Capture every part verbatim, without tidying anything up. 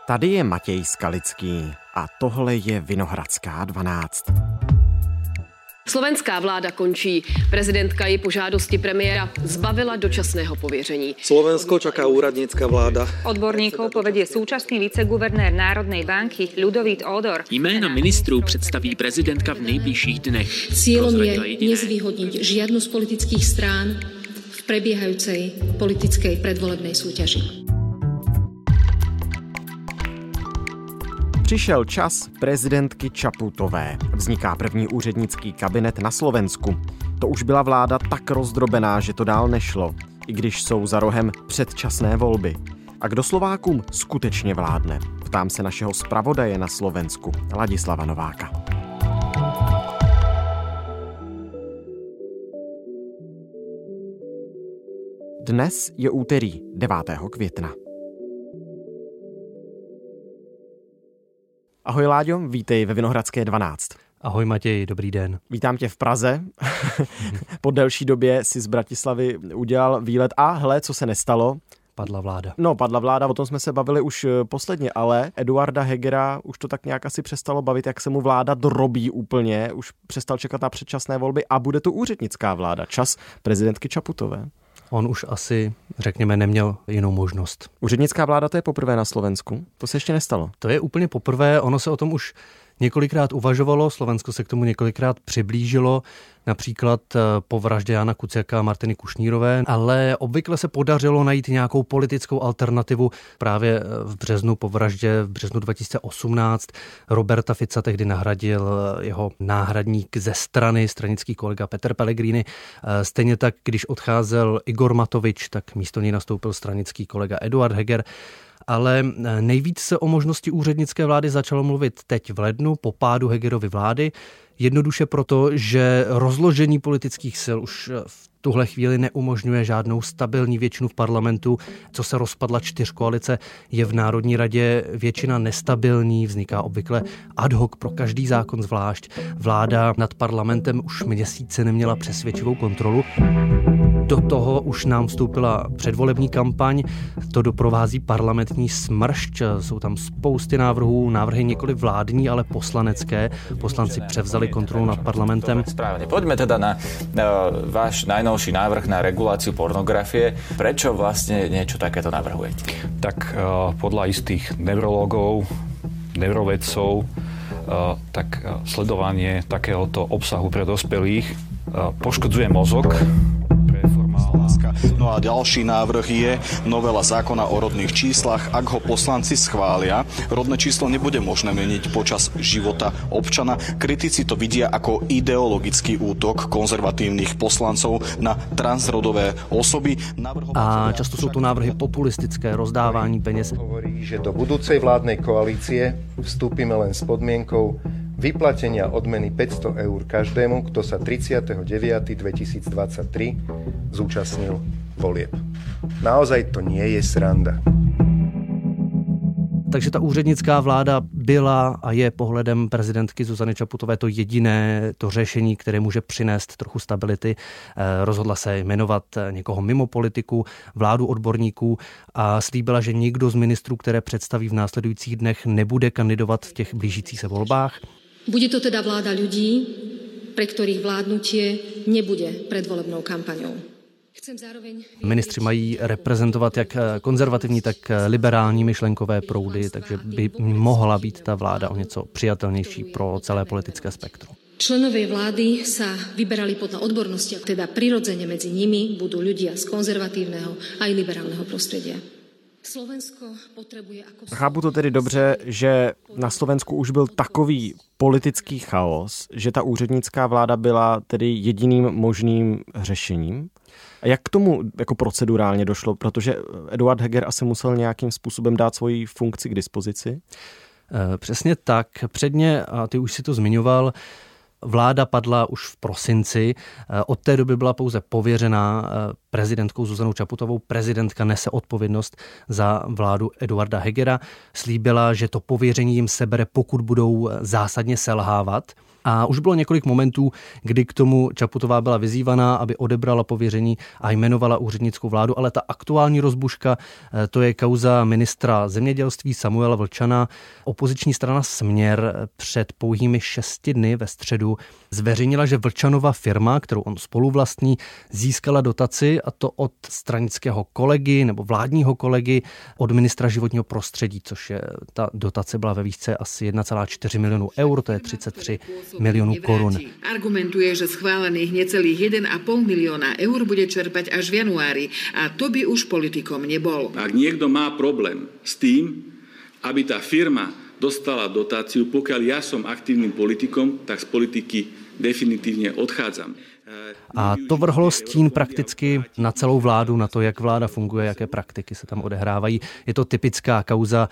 Tady je Matěj Skalický a tohle je Vinohradská dvanáct. Slovenská vláda končí. Prezidentka ji po žádosti premiéra zbavila dočasného pověření. Slovensko čaká úradnícka vláda. Odborníkov povedie súčasný viceguvernér Národnej banky Ľudovít Ódor. Jména ministrů představí prezidentka v nejbližších dnech. Cieľom je nezvýhodniť žiadnu z politických strán v prebiehajúcej politickej predvolebnej súťaži. Přišel čas prezidentky Čaputové. Vzniká první úřednický kabinet na Slovensku. To už byla vláda tak rozdrobená, že to dál nešlo, i když jsou za rohem předčasné volby. A kdo Slovákům skutečně vládne? Ptám se našeho zpravodaje na Slovensku, Ladislava Nováka. Dnes je úterý devátého května. Ahoj Láďo, vítej ve Vinohradské dvanáct. Ahoj Matěj, dobrý den. Vítám tě v Praze. Po delší době si z Bratislavy udělal výlet a hle, co se nestalo. Padla vláda. No, padla vláda, o tom jsme se bavili už posledně, ale Eduarda Hegera už to tak nějak asi přestalo bavit, jak se mu vláda drobí úplně, už přestal čekat na předčasné volby a bude tu úřednická vláda, čas prezidentky Čaputové. On už asi, řekněme, neměl jinou možnost. Úřednická vláda, to je poprvé na Slovensku? To se ještě nestalo? To je úplně poprvé, ono se o tom už několikrát uvažovalo, Slovensko se k tomu několikrát přiblížilo, například po vraždě Jana Kuciaka a Martiny Kušnírové, ale obvykle se podařilo najít nějakou politickou alternativu. Právě v březnu po vraždě, v březnu dva tisíce osmnáct, Roberta Fica tehdy nahradil jeho náhradník ze strany, stranický kolega Peter Pellegrini. Stejně tak, když odcházel Igor Matovič, tak místo něj nastoupil stranický kolega Eduard Heger. Ale nejvíc se o možnosti úřednické vlády začalo mluvit teď v lednu po pádu Hegerovy vlády. Jednoduše proto, že rozložení politických sil už v tuhle chvíli neumožňuje žádnou stabilní většinu v parlamentu. Co se rozpadla čtyřkoalice, je v Národní radě většina nestabilní, vzniká obvykle ad hoc pro každý zákon zvlášť. Vláda nad parlamentem už měsíce neměla přesvědčivou kontrolu. Do toho už nám vstoupila předvolební kampaň, to doprovází parlamentní smršť, jsou tam spousty návrhů, návrhy nikoli vládní, ale poslanecké. Poslanci převzali kontrolu nad parlamentem. Správne. Poďme teda na uh, váš najnovší návrh na reguláciu pornografie. Prečo vlastne niečo takéto navrhujete? Tak uh, podľa istých neurologov, neurovedcov, uh, tak uh, sledovanie takéhoto obsahu pre dospelých uh, poškodzuje mozog. No a ďalší návrh je novela zákona o rodných číslach. Ak ho poslanci schvália, rodné číslo nebude možné meniť počas života občana. Kritici to vidia ako ideologický útok konzervatívnych poslancov na transrodové osoby. A často sú tu návrhy populistické, rozdávání peněz. Hovorí, že do budúcej vládnej koalície vstúpime len s podmienkou vyplatenia odmeny päťsto eur každému, kto sa tridsiateho deviateho dvetisícdvadsaťtri zúčastnil volieb. Naozaj to nie je sranda. Takže ta úřednická vláda byla a je pohledem prezidentky Zuzany Čaputové to jediné to řešení, které může přinést trochu stability. Rozhodla se jmenovat někoho mimo politiku, vládu odborníků a slíbila, že nikdo z ministrů, které představí v následujících dnech, nebude kandidovat v těch blížících se volbách. Bude to teda vláda ľudí, pre ktorých vládnutie nebude predvolebnou kampaňou. Ministři mají reprezentovat jak konzervativní, tak liberální myšlenkové proudy, takže by mohla být ta vláda o něco přijatelnější pro celé politické spektrum. Členové vlády sa vyberali podľa odbornosti, teda prirodzene medzi nimi budú ľudia z konzervatívneho aj liberálneho prostredia. Slovensko potřebuje jako... Chápu to tedy dobře, že na Slovensku už byl takový politický chaos, že ta úřednická vláda byla tedy jediným možným řešením. A jak k tomu jako procedurálně došlo? Protože Eduard Heger asi musel nějakým způsobem dát svoji funkci k dispozici. Přesně tak. Předně, a ty už si to zmiňoval, vláda padla už v prosinci. Od té doby byla pouze pověřená prezidentkou Zuzanou Čaputovou. Prezidentka nese odpovědnost za vládu Eduarda Hegera. Slíbila, že to pověření jim sebere, pokud budou zásadně selhávat. A už bylo několik momentů, kdy k tomu Čaputová byla vyzývaná, aby odebrala pověření a jmenovala úřednickou vládu, ale ta aktuální rozbuška, to je kauza ministra zemědělství Samuela Vlčana. Opoziční strana Směr před pouhými šesti dny ve středu zveřejnila, že Vlčanova firma, kterou on spoluvlastní, získala dotaci, a to od stranického kolegy nebo vládního kolegy, od ministra životního prostředí, což je, ta dotace byla ve výšce asi jedna celá čtyři milionu eur, to je třicet tři milionů korun. Argumentuje, že schválených necelých jeden a pol milióna eur bude čerpať až v januári a to by už politikom nebol. Ak niekto má problém s tým, aby tá firma dostala dotáciu, pokiaľ ja som aktívnym politikom, tak z politiky definitívne odchádzam. A to vrhlo stín prakticky na celou vládu, na to, jak vláda funguje, jaké praktiky se tam odehrávají. Je to typická kauza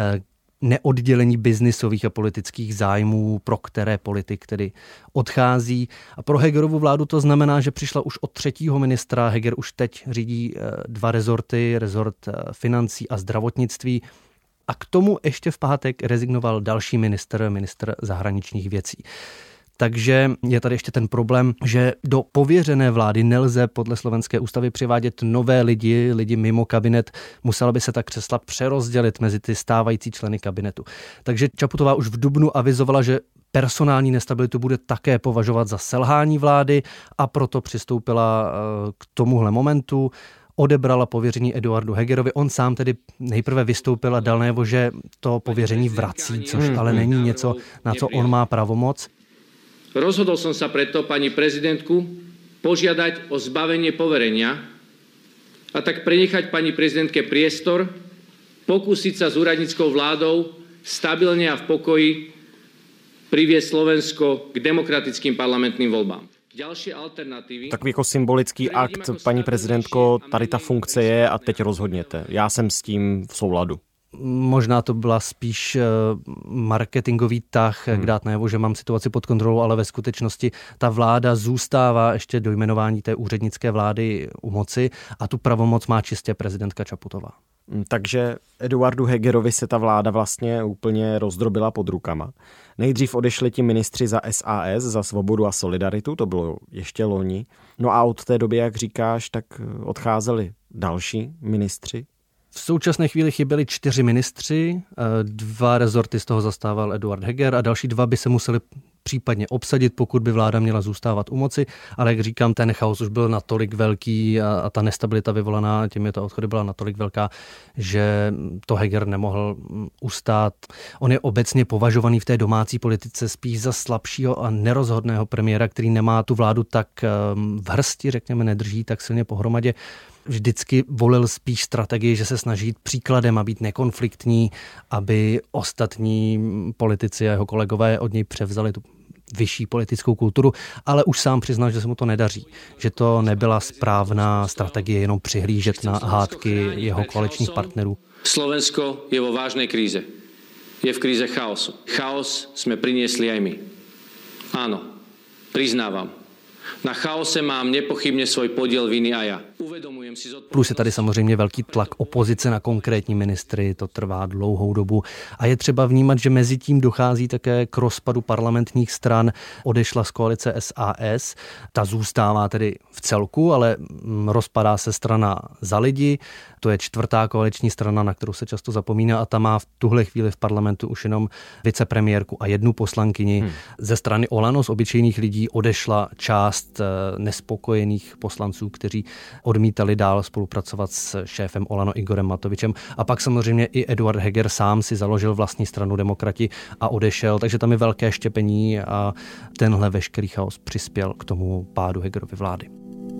neoddělení biznisových a politických zájmů, pro které politik tedy odchází. A pro Hegerovu vládu to znamená, že přišla už od třetího ministra. Heger už teď řídí dva rezorty, rezort financí a zdravotnictví. A k tomu ještě v pátek rezignoval další ministr, ministr zahraničních věcí. Takže je tady ještě ten problém, že do pověřené vlády nelze podle slovenské ústavy přivádět nové lidi, lidi mimo kabinet. Musela by se ta křesla přerozdělit mezi ty stávající členy kabinetu. Takže Čaputová už v dubnu avizovala, že personální nestabilitu bude také považovat za selhání vlády a proto přistoupila k tomuhle momentu. Odebrala pověření Eduardu Hegerovi. On sám tedy nejprve vystoupil a dal najevo, že to pověření vrací, což ale není něco, na co on má pravomoc. Rozhodol som sa preto pani prezidentku požiadať o zbavenie poverenia a tak prenechať pani prezidentke priestor pokúsiť sa s úradníckou vládou stabilne a v pokoji priviesť Slovensko k demokratickým parlamentným voľbám. Ďalšie alternatívy. Takový jako symbolický akt, paní prezidentko, tady ta funkce je a teď rozhodněte. Já jsem s tím v souladu. Možná to byla spíš marketingový tah, hmm. k dát najevo, že mám situaci pod kontrolou, ale ve skutečnosti ta vláda zůstává ještě do jmenování té úřednické vlády u moci a tu pravomoc má čistě prezidentka Čaputová. Takže Eduardu Hegerovi se ta vláda vlastně úplně rozdrobila pod rukama. Nejdřív odešli ti ministři za S A S, za Svobodu a Solidaritu, to bylo ještě loni. No a od té doby, jak říkáš, tak odcházeli další ministři. V současné chvíli chyběli čtyři ministři, dva rezorty z toho zastával Eduard Heger a další dva by se museli případně obsadit, pokud by vláda měla zůstávat u moci, ale jak říkám, ten chaos už byl natolik velký a, a ta nestabilita vyvolaná těmito odchody byla natolik velká, že to Heger nemohl ustát. On je obecně považovaný v té domácí politice spíš za slabšího a nerozhodného premiéra, který nemá tu vládu tak v hrsti, řekněme, nedrží tak silně pohromadě. Vždycky volil spíš strategii, že se snaží jít příkladem a být nekonfliktní, aby ostatní politici a jeho kolegové od něj převzali tu vyšší politickou kulturu, ale už sám přiznal, že se mu to nedaří. Že to nebyla správná strategie jenom přihlížet na hádky jeho koaličních partnerů. Slovensko je vo vážnej kríze. Je v kríze chaosu. Chaos sme priniesli aj my. Áno, priznávam. Na chaose mám nepochybně svůj podíl viny a já. Uvedomujem si zodpovědnost. Plus je tady samozřejmě velký tlak opozice na konkrétní ministry, to trvá dlouhou dobu a je třeba vnímat, že mezi tím dochází také k rozpadu parlamentních stran. Odešla z koalice S A S, ta zůstává tedy v celku, ale rozpadá se strana Za lidi, to je čtvrtá koaliční strana, na kterou se často zapomíná a ta má v tuhle chvíli v parlamentu už jenom vicepremiérku a jednu poslankyni. Hmm. Ze strany Olano z obyčejných lidí odešla část nespokojených poslanců, kteří odmítali dál spolupracovat s šéfem Olano Igorem Matovičem. A pak samozřejmě i Eduard Heger sám si založil vlastní stranu Demokrati a odešel, takže tam je velké štěpení a tenhle veškerý chaos přispěl k tomu pádu Hegerovy vlády.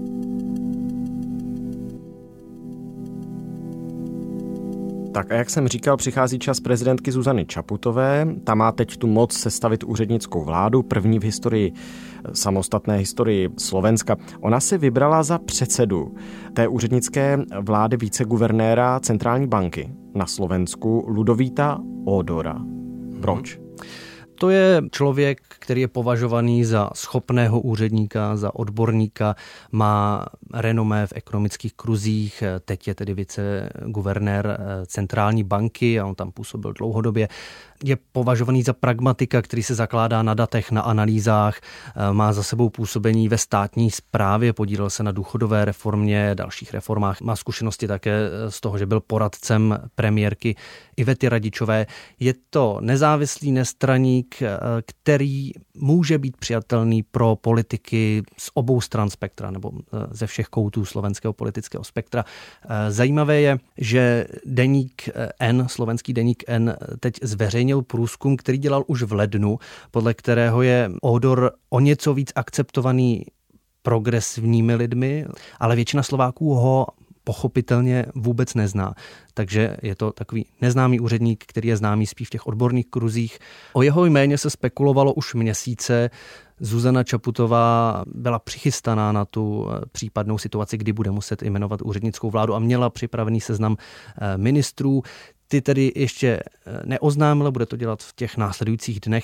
Tak a jak jsem říkal, přichází čas prezidentky Zuzany Čaputové. Ta má teď tu moc sestavit úřednickou vládu, první v historii, samostatné historii Slovenska. Ona si vybrala za předsedu té úřednické vlády viceguvernéra Centrální banky na Slovensku Ludovíta Ódora. Proč? To je člověk, který je považovaný za schopného úředníka, za odborníka, má renomé v ekonomických kruzích, teď je tedy viceguvernér centrální banky a on tam působil dlouhodobě. Je považovaný za pragmatika, který se zakládá na datech, na analýzách, má za sebou působení ve státní správě, podílel se na důchodové reformě, dalších reformách, má zkušenosti také z toho, že byl poradcem premiérky Ivety Radičové. Je to nezávislý nestraník, který může být přijatelný pro politiky z obou stran spektra nebo ze všech koutů slovenského politického spektra. Zajímavé je, že deník N, slovenský deník N, teď zveřejnil průzkum, který dělal už v lednu, podle kterého je Ódor o něco víc akceptovaný progresivními lidmi, ale většina Slováků ho pochopitelně vůbec nezná. Takže je to takový neznámý úředník, který je známý spíš v těch odborných kruzích. O jeho jméně se spekulovalo už měsíce. Zuzana Čaputová byla přichystaná na tu případnou situaci, kdy bude muset jmenovat úřednickou vládu a měla připravený seznam ministrů. Ty tedy ještě neoznámila, bude to dělat v těch následujících dnech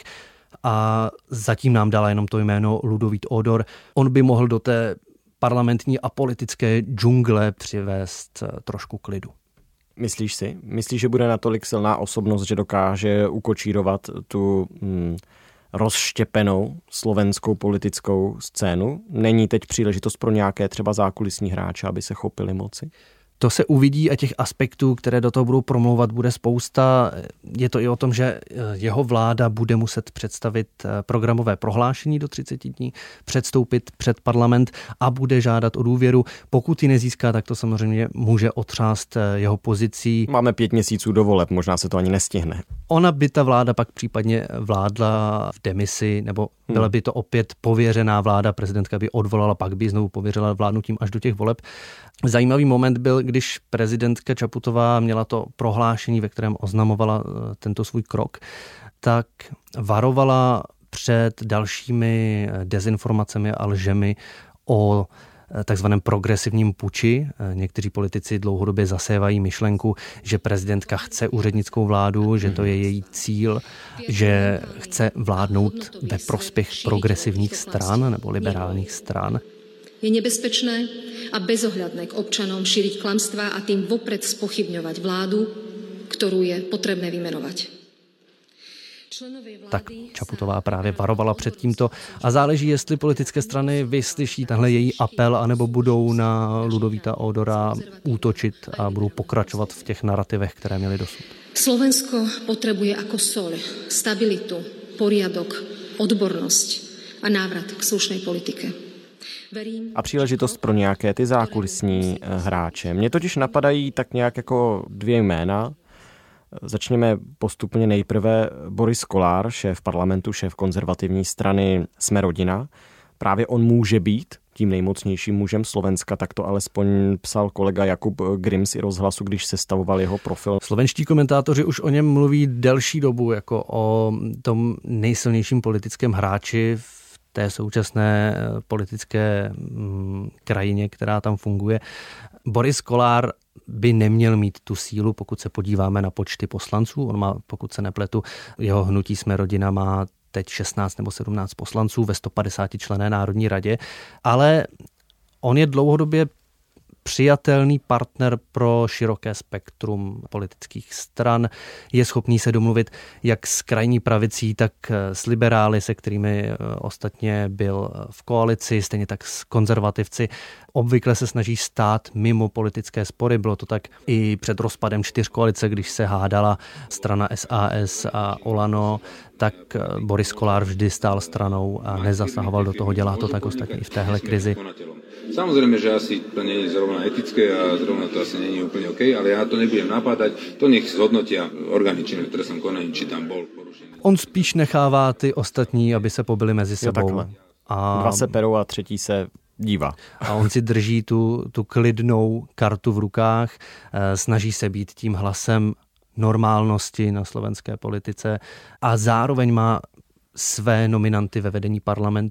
a zatím nám dala jenom to jméno Ludovít Ódor. On by mohl do té parlamentní a politické džungle přivést trošku klidu. Myslíš si? Myslíš, že bude natolik silná osobnost, že dokáže ukočírovat tu hm, rozštěpenou slovenskou politickou scénu? Není teď příležitost pro nějaké třeba zákulisní hráče, aby se chopili moci? To se uvidí a těch aspektů, které do toho budou promlouvat, bude spousta. Je to i o tom, že jeho vláda bude muset představit programové prohlášení do třiceti dní, předstoupit před parlament a bude žádat o důvěru. Pokud ji nezíská, tak to samozřejmě může otřást jeho pozicí. Máme pět měsíců do voleb, možná se to ani nestihne. Ona by ta vláda pak případně vládla v demisi, nebo byla by to opět pověřená vláda, prezidentka by odvolala, pak by znovu pověřila vládnutím až do těch voleb. Zajímavý moment byl, když prezidentka Čaputová měla to prohlášení, ve kterém oznamovala tento svůj krok, tak varovala před dalšími dezinformacemi a lžemi o takzvaném progresivním puči. Někteří politici dlouhodobě zasévají myšlenku, že prezidentka chce úřednickou vládu, že to je její cíl, že chce vládnout ve prospěch progresivních stran nebo liberálních stran. Je nebezpečné a bezohľadné k občanom šíriť klamstvá a tým vopred spochybňovať vládu, ktorú je potrebné vymenovať. Tak Čaputová právě varovala před tímto a záleží, jestli politické strany vyslyší tenhle její apel, anebo budou na Ludovíta Ódora útočit a budou pokračovat v těch narrativech, které měli dosud. Slovensko potrebuje ako sol stabilitu, poriadok, odbornosť a návrat k slušnej politike. A příležitost pro nějaké ty zákulisní hráče. Mně totiž napadají tak nějak jako dvě jména. Začněme postupně nejprve Boris Kollár, šéf parlamentu, šéf konzervativní strany Jsme rodina. Právě on může být tím nejmocnějším mužem Slovenska, tak to alespoň psal kolega Jakub Grims i Rozhlasu, když sestavoval jeho profil. Slovenští komentátoři už o něm mluví delší dobu jako o tom nejsilnějším politickém hráči v té současné politické krajině, která tam funguje. Boris Kollár by neměl mít tu sílu, pokud se podíváme na počty poslanců. On má, pokud se nepletu, jeho hnutí Jsme rodina má teď šestnáct nebo sedmnáct poslanců ve sto padesáti členné Národní radě, ale on je dlouhodobě přijatelný partner pro široké spektrum politických stran. Je schopný se domluvit jak s krajní pravicí, tak s liberály, se kterými ostatně byl v koalici, stejně tak s konzervativci. Obvykle se snaží stát mimo politické spory. Bylo to tak i před rozpadem čtyřkoalice, když se hádala strana S A S a Olano, tak Boris Kollár vždy stál stranou a nezasahoval do toho. Dělá to tak ostatně i v téhle krizi. Samozrejme, že asi to nie je zrovna etické a zrovna to asi nie je úplne OK, ale ja to nebudem napádať. To nech zhodnotia orgány činné v trestnom konaní, či tam bol porušený. On spíš nechává ty ostatní, aby se pobili mezi sebou. A dva se perou a třetí se dívá. A on si drží tu, tu klidnou kartu v rukách, snaží se být tím hlasem normálnosti na slovenské politice a zároveň má své nominanty ve vedení parlamentu.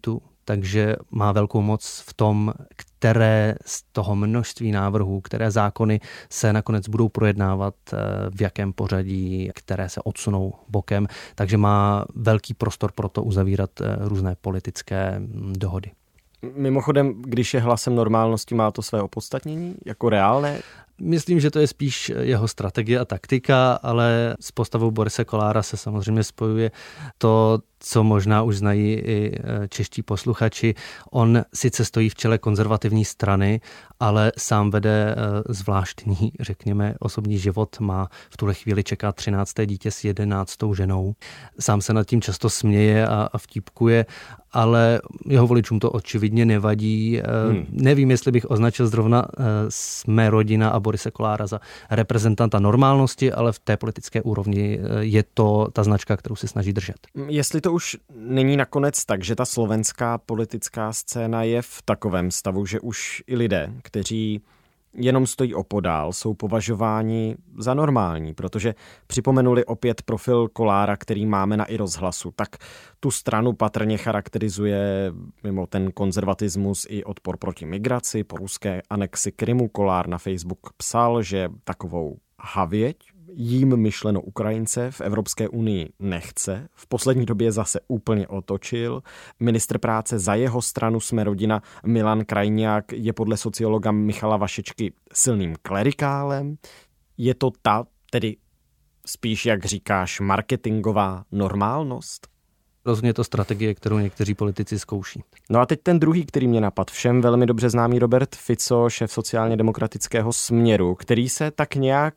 takže má velkou moc v tom, které z toho množství návrhů, které zákony se nakonec budou projednávat, v jakém pořadí, které se odsunou bokem, takže má velký prostor pro to uzavírat různé politické dohody. Mimochodem, když je hlasem normálnosti, má to své opodstatnění jako reálné? Myslím, že to je spíš jeho strategie a taktika, ale s postavou Borise Kollára se samozřejmě spojuje to, co možná už znají i čeští posluchači. On sice stojí v čele konzervativní strany, ale sám vede zvláštní, řekněme, osobní život. Má v tuhle chvíli čeká třinácté dítě s jedenáctou ženou. Sám se nad tím často směje a, a vtípkuje, ale jeho voličům to očividně nevadí. Hmm. Nevím, jestli bych označil zrovna Jsme rodina a Borise Kollára za reprezentanta normálnosti, ale v té politické úrovni je to ta značka, kterou se snaží držet. Jestli to už není nakonec tak, že ta slovenská politická scéna je v takovém stavu, že už i lidé, kteří jenom stojí opodál, jsou považováni za normální, protože připomenuli opět profil Kollára, který máme na i rozhlasu, tak tu stranu patrně charakterizuje mimo ten konzervatismus i odpor proti migraci. Po ruské anexi Krymu Kollár na Facebook psal, že takovou havěť, jím myšleno Ukrajince, v Evropské unii nechce. V poslední době zase úplně otočil. Ministr práce za jeho stranu Jsme rodina Milan Krajniak je podle sociologa Michala Vašečky silným klerikálem. Je to ta, tedy spíš, jak říkáš, marketingová normálnost? Rozhodně to strategie, kterou někteří politici zkouší. No a teď ten druhý, který mě napadl, všem velmi dobře známý Robert Fico, šéf sociálně demokratického Směru, který se tak nějak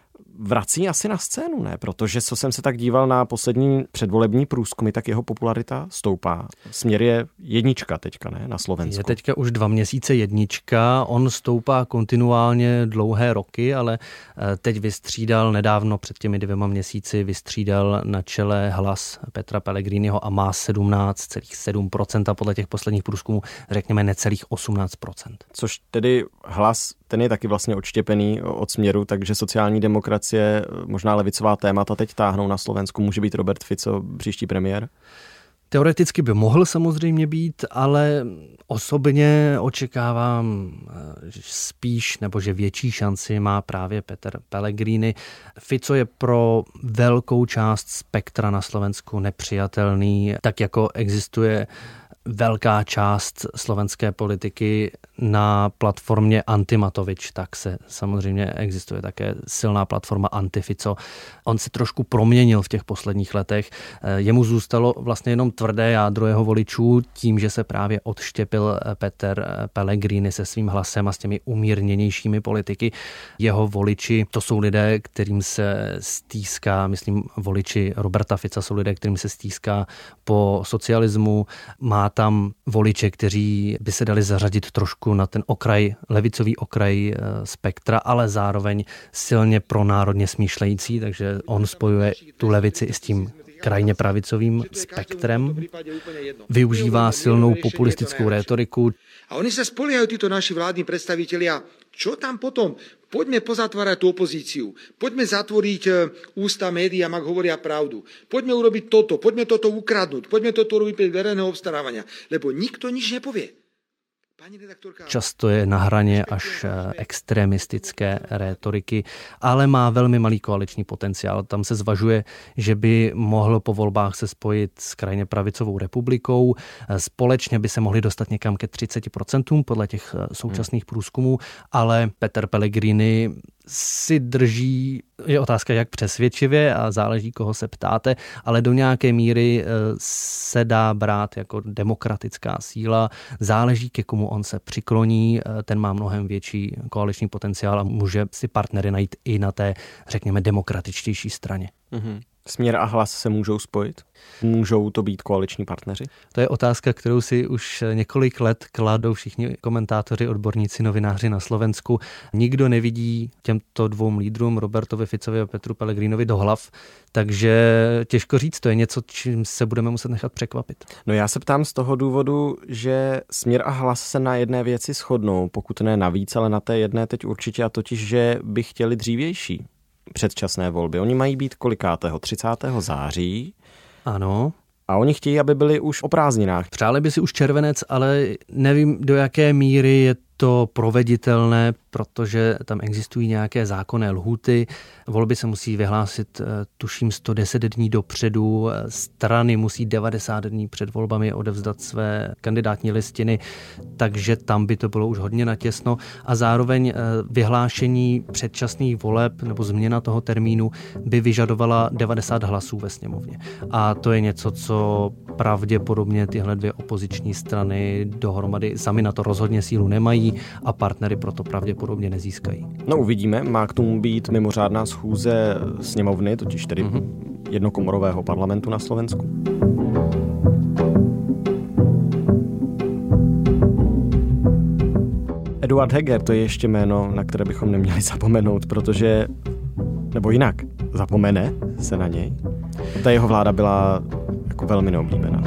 vrací asi na scénu, ne? Protože co jsem se tak díval na poslední předvolební průzkumy, tak jeho popularita stoupá. Směr je jednička teďka, ne? Na Slovensku. Je teďka už dva měsíce jednička, on stoupá kontinuálně dlouhé roky, ale teď vystřídal nedávno před těmi dvěma měsíci vystřídal na čele Hlas Petra Pellegriniho a má sedmnáct celá sedm procenta podle těch posledních průzkumů, řekněme necelých osmnáct procent. Což tedy Hlas, ten je taky vlastně odštěpený od Směru, takže sociální demokracie, možná levicová témata teď táhnou na Slovensku. Může být Robert Fico příští premiér? Teoreticky by mohl samozřejmě být, ale osobně očekávám spíš, nebo že větší šanci má právě Peter Pellegrini. Fico je pro velkou část spektra na Slovensku nepřijatelný, tak jako existuje velká část slovenské politiky na platformě Antimatovič, tak se samozřejmě existuje také silná platforma Antifico. On se trošku proměnil v těch posledních letech. Jemu zůstalo vlastně jenom tvrdé jádro jeho voličů tím, že se právě odštěpil Peter Pellegrini se svým Hlasem a s těmi umírněnějšími politiky. Jeho voliči, to jsou lidé, kterým se stýská, myslím voliči Roberta Fica jsou lidé, kterým se stýská po socialismu. Má tam voliče, kteří by se dali zařadit trošku na ten okraj, levicový okraj spektra, ale zároveň silně pronárodně smýšlející, takže on spojuje tu levici i s tím krajně pravicovým spektrem. Využívá silnou populistickou rétoriku. A oni sa spoliehajú títo naši vládni predstavitelia, čo tam potom? Poďme pozatvárať tú opozíciu. Poďme zatvoriť ústa médiám, ak hovoria pravdu. Poďme urobiť toto, poďme toto ukradnúť, poďme toto urobiť pri verejného obstarávania, lebo nikto nič nepovie. Často je na hraně až extremistické rétoriky, ale má velmi malý koaliční potenciál. Tam se zvažuje, že by mohl po volbách se spojit s krajně pravicovou Republikou. Společně by se mohli dostat někam ke třiceti procentům podle těch současných průzkumů, ale Peter Pellegrini si drží, je otázka jak přesvědčivě a záleží, koho se ptáte, ale do nějaké míry se dá brát jako demokratická síla. Záleží, ke komu on se přikloní, ten má mnohem větší koaliční potenciál a může si partnery najít i na té, řekněme, demokratičtější straně. Mm-hmm. Směr a Hlas se můžou spojit? Můžou to být koaliční partneři? To je otázka, kterou si už několik let kladou všichni komentátoři, odborníci, novináři na Slovensku. Nikdo nevidí těmto dvou lídrům, Robertovi Ficovi a Petru Pellegrinovi, do hlav, takže těžko říct, to je něco, čím se budeme muset nechat překvapit. No já se ptám z toho důvodu, že Směr a Hlas se na jedné věci shodnou, pokud ne navíc, ale na té jedné teď určitě, a totiž, že by chtěli dřívější předčasné volby. Oni mají být kolikátého? třicátého září. Ano. A oni chtějí, aby byli už o prázdninách. Přáli by si už červenec, ale nevím, do jaké míry je to proveditelné, protože tam existují nějaké zákonné lhůty. Volby se musí vyhlásit, tuším, sto deset dní dopředu. Strany musí devadesát dní před volbami odevzdat své kandidátní listiny, takže tam by to bylo už hodně natěsno. A zároveň vyhlášení předčasných voleb nebo změna toho termínu by vyžadovala devadesát hlasů ve sněmovně. A to je něco, co pravděpodobně tyhle dvě opoziční strany dohromady sami na to rozhodně sílu nemají a partnery proto pravděpodobně nezískají. No uvidíme, má k tomu být mimořádná schůze sněmovny, totiž tedy mm-hmm. jednokomorového parlamentu na Slovensku. Eduard Heger, to je ještě jméno, na které bychom neměli zapomenout, protože, nebo jinak, zapomene se na něj. Ta jeho vláda byla jako velmi neoblíbená.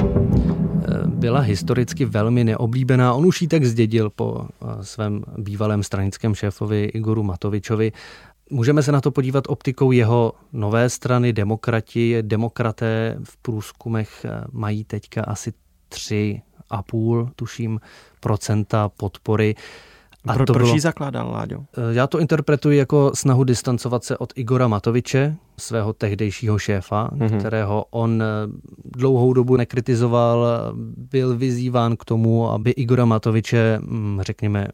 Byla historicky velmi neoblíbená. On už ji tak zdědil po svém bývalém stranickém šéfovi Igoru Matovičovi. Můžeme se na to podívat optikou jeho nové strany, demokrati. Demokraté v průzkumech mají teďka asi tři a půl, tuším, procenta podpory. A Pro, to proč ji zakládal, Láďo? Já to interpretuji jako snahu distancovat se od Igora Matoviče, svého tehdejšího šéfa, mm-hmm. kterého on dlouhou dobu nekritizoval, byl vyzýván k tomu, aby Igora Matoviče, řekněme,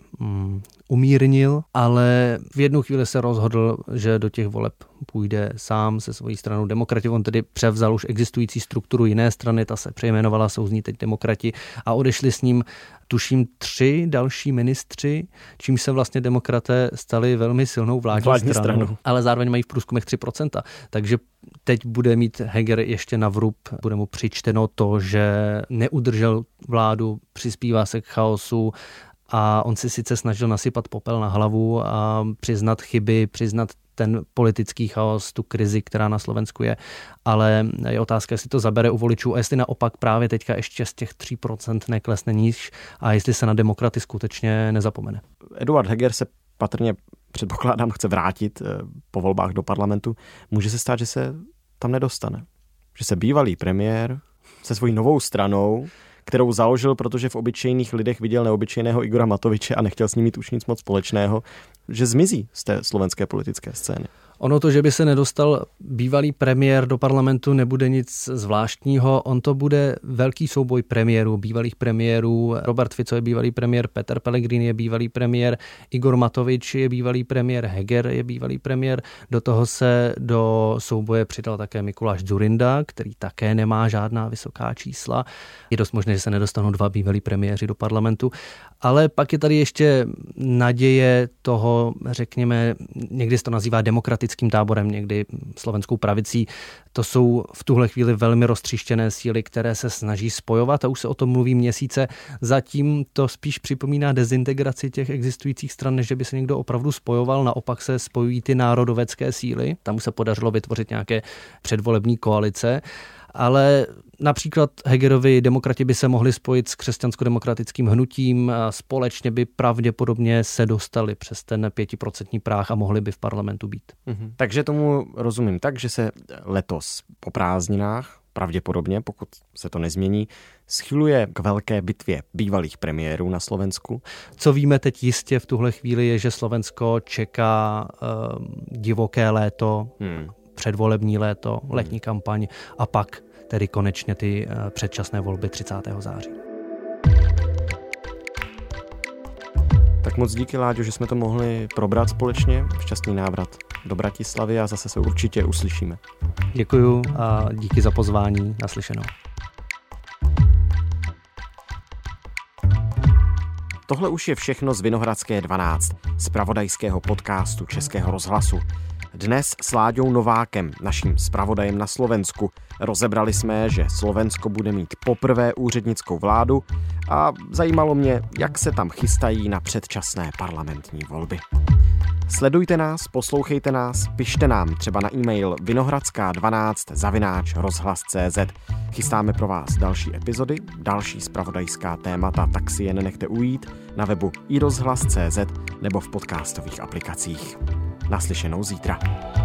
umírnil, ale v jednu chvíli se rozhodl, že do těch voleb půjde sám se svojí stranou Demokrati. On tedy převzal už existující strukturu jiné strany, ta se přejmenovala, jsou z ní teď Demokrati a odešli s ním tuším tři další ministři, čímž se vlastně Demokraté stali velmi silnou vládní, vládní stranou, stranou, ale zároveň mají v průzkumech tři procenta. Takže teď bude mít Heger ještě na vrub, bude mu přičteno to, že neudržel vládu, přispívá se k chaosu a on si sice snažil nasypat popel na hlavu a přiznat chyby, přiznat ten politický chaos, tu krizi, která na Slovensku je, ale je otázka, jestli to zabere u voličů a jestli naopak právě teďka ještě z těch tří procent neklesne níž a jestli se na Demokraty skutečně nezapomene. Eduard Heger se patrně, předpokládám, chce vrátit po volbách do parlamentu. Může se stát, že se tam nedostane. Že se bývalý premiér se svojí novou stranou, kterou založil, protože v obyčejných lidech viděl neobyčejného Igora Matoviče a nechtěl s ním mít už nic moc společného, že zmizí z té slovenské politické scény. Ono to, že by se nedostal bývalý premiér do parlamentu, nebude nic zvláštního. On to bude velký souboj premiérů, bývalých premiérů. Robert Fico je bývalý premiér, Peter Pellegrini je bývalý premiér, Igor Matovič je bývalý premiér, Heger je bývalý premiér. Do toho se do souboje přidal také Mikuláš Dzurinda, který také nemá žádná vysoká čísla. Je dost možné, že se nedostanou dva bývalí premiéři do parlamentu. Ale pak je tady ještě naděje toho, řekněme, někdy se to nazývá demokratickým táborem, někdy slovenskou pravicí. To jsou v tuhle chvíli velmi roztříštěné síly, které se snaží spojovat a už se o tom mluví měsíce. Zatím to spíš připomíná dezintegraci těch existujících stran, než že by se někdo opravdu spojoval. Naopak se spojují ty národovecké síly. Tam už se podařilo vytvořit nějaké předvolební koalice. Ale například Hegerovi Demokrati by se mohli spojit s křesťansko-demokratickým hnutím a společně by pravděpodobně se dostali přes ten pětiprocentní práh a mohli by v parlamentu být. Mhm. Takže tomu rozumím tak, že se letos po prázdninách, pravděpodobně, pokud se to nezmění, schyluje k velké bitvě bývalých premiérů na Slovensku. Co víme teď jistě v tuhle chvíli je, že Slovensko čeká uh, divoké léto, hmm. předvolební léto, letní hmm. kampaň a pak tedy konečně ty předčasné volby třicátého září. Tak moc díky, Láďo, že jsme to mohli probrat společně. Šťastný návrat do Bratislavy a zase se určitě uslyšíme. Děkuju a díky za pozvání. Naslyšenou. Tohle už je všechno z Vinohradské dvanáct, zpravodajského podcastu Českého rozhlasu. Dnes s Láďou Novákem, naším zpravodajem na Slovensku. Rozebrali jsme, že Slovensko bude mít poprvé úřednickou vládu a zajímalo mě, jak se tam chystají na předčasné parlamentní volby. Sledujte nás, poslouchejte nás, pište nám třeba na e-mail vinohradská dvanáct zavináč rozhlas tečka cé zet. Chystáme pro vás další epizody, další zpravodajská témata, tak si je nenechte ujít na webu i rozhlas tečka cé zet nebo v podcastových aplikacích. Naslyšenou zítra.